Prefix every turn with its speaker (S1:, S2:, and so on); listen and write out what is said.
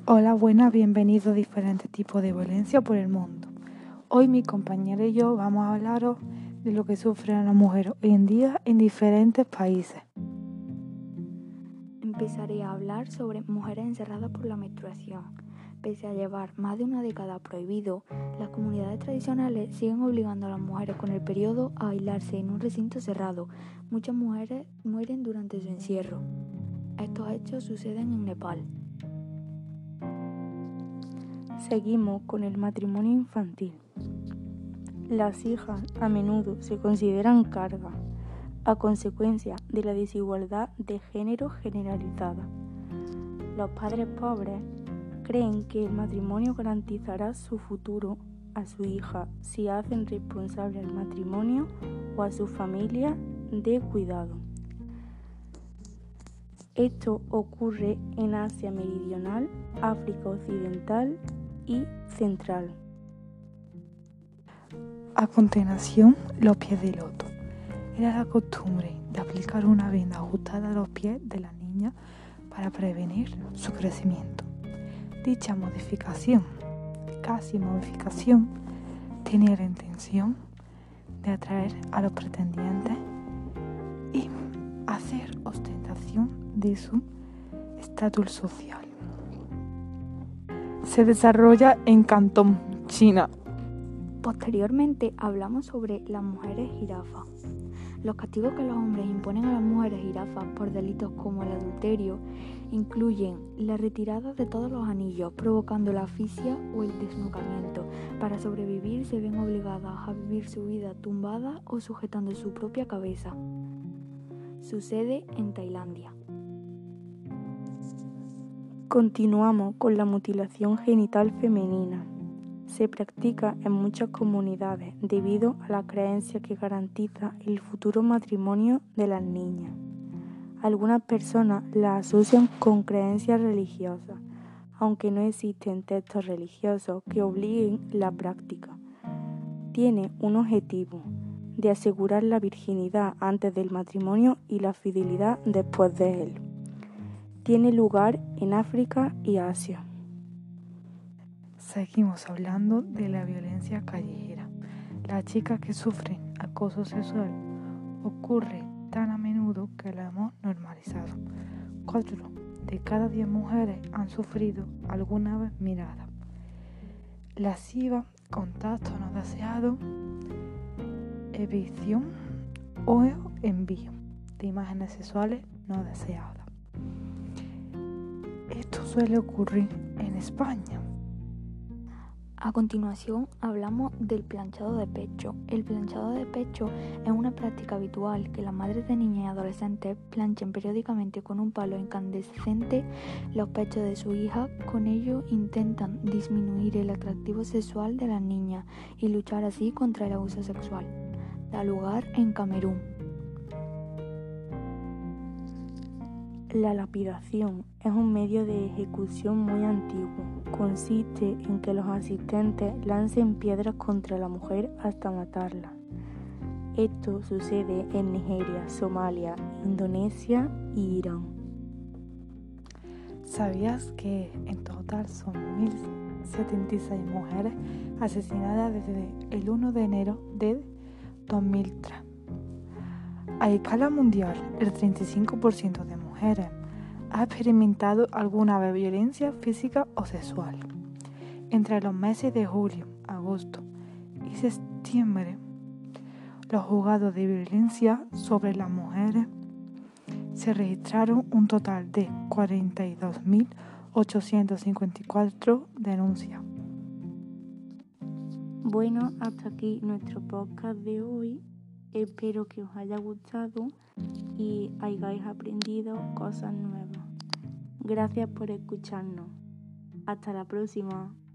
S1: Hola, buenas, bienvenidos a diferentes tipos de violencia por el mundo. Hoy mi compañera y yo vamos a hablaros de lo que sufren las mujeres hoy en día en diferentes países.
S2: Empezaré a hablar sobre mujeres encerradas por la menstruación. Pese a llevar más de una década prohibido, las comunidades tradicionales siguen obligando a las mujeres con el periodo a aislarse en un recinto cerrado. Muchas mujeres mueren durante su encierro. Estos hechos suceden en Nepal.
S3: Seguimos con el matrimonio infantil. Las hijas a menudo se consideran carga, a consecuencia de la desigualdad de género generalizada. Los padres pobres creen que el matrimonio garantizará su futuro a su hija si hacen responsable al matrimonio o a su familia de cuidado. Esto ocurre en Asia Meridional, África Occidental y Central.
S1: A continuación, los pies de loto. Era la costumbre de aplicar una venda ajustada a los pies de la niña para prevenir su crecimiento. Dicha modificación, tenía la intención de atraer a los pretendientes y hacer ostentación de su estatus social. Se desarrolla en Cantón, China.
S2: Posteriormente hablamos sobre las mujeres jirafas. Los castigos que los hombres imponen a las mujeres jirafas por delitos como el adulterio incluyen la retirada de todos los anillos, provocando la asfixia o el desnucamiento. Para sobrevivir se ven obligadas a vivir su vida tumbada o sujetando su propia cabeza. Sucede en Tailandia.
S3: Continuamos con la mutilación genital femenina. Se practica en muchas comunidades debido a la creencia que garantiza el futuro matrimonio de las niñas. Algunas personas la asocian con creencias religiosas, aunque no existen textos religiosos que obliguen la práctica. Tiene un objetivo, de asegurar la virginidad antes del matrimonio y la fidelidad después de él. Tiene lugar en África y Asia.
S1: Seguimos hablando de la violencia callejera. Las chicas que sufren acoso sexual ocurre tan a menudo que lo hemos normalizado. 4 de cada 10 mujeres han sufrido alguna vez mirada lasciva, contacto no deseado, evicción o envío de imágenes sexuales no deseadas. Esto suele ocurrir en España.
S2: A continuación hablamos del planchado de pecho. El planchado de pecho es una práctica habitual que las madres de niñas y adolescentes planchen periódicamente con un palo incandescente los pechos de su hija. Con ello intentan disminuir el atractivo sexual de las niñas y luchar así contra el abuso sexual. Da lugar en Camerún.
S3: La lapidación es un medio de ejecución muy antiguo. Consiste en que los asistentes lancen piedras contra la mujer hasta matarla. Esto sucede en Nigeria, Somalia, Indonesia y Irán.
S1: ¿Sabías que en total son 1.076 mujeres asesinadas desde el 1 de enero de 2003? A escala mundial, el 35% de mujeres ha experimentado alguna vez violencia física o sexual. Entre los meses de julio, agosto y septiembre, los juzgados de violencia sobre las mujeres se registraron un total de 42.854 denuncias.
S3: Bueno, hasta aquí nuestro podcast de hoy. Espero que os haya gustado y hayáis aprendido cosas nuevas. Gracias por escucharnos. Hasta la próxima.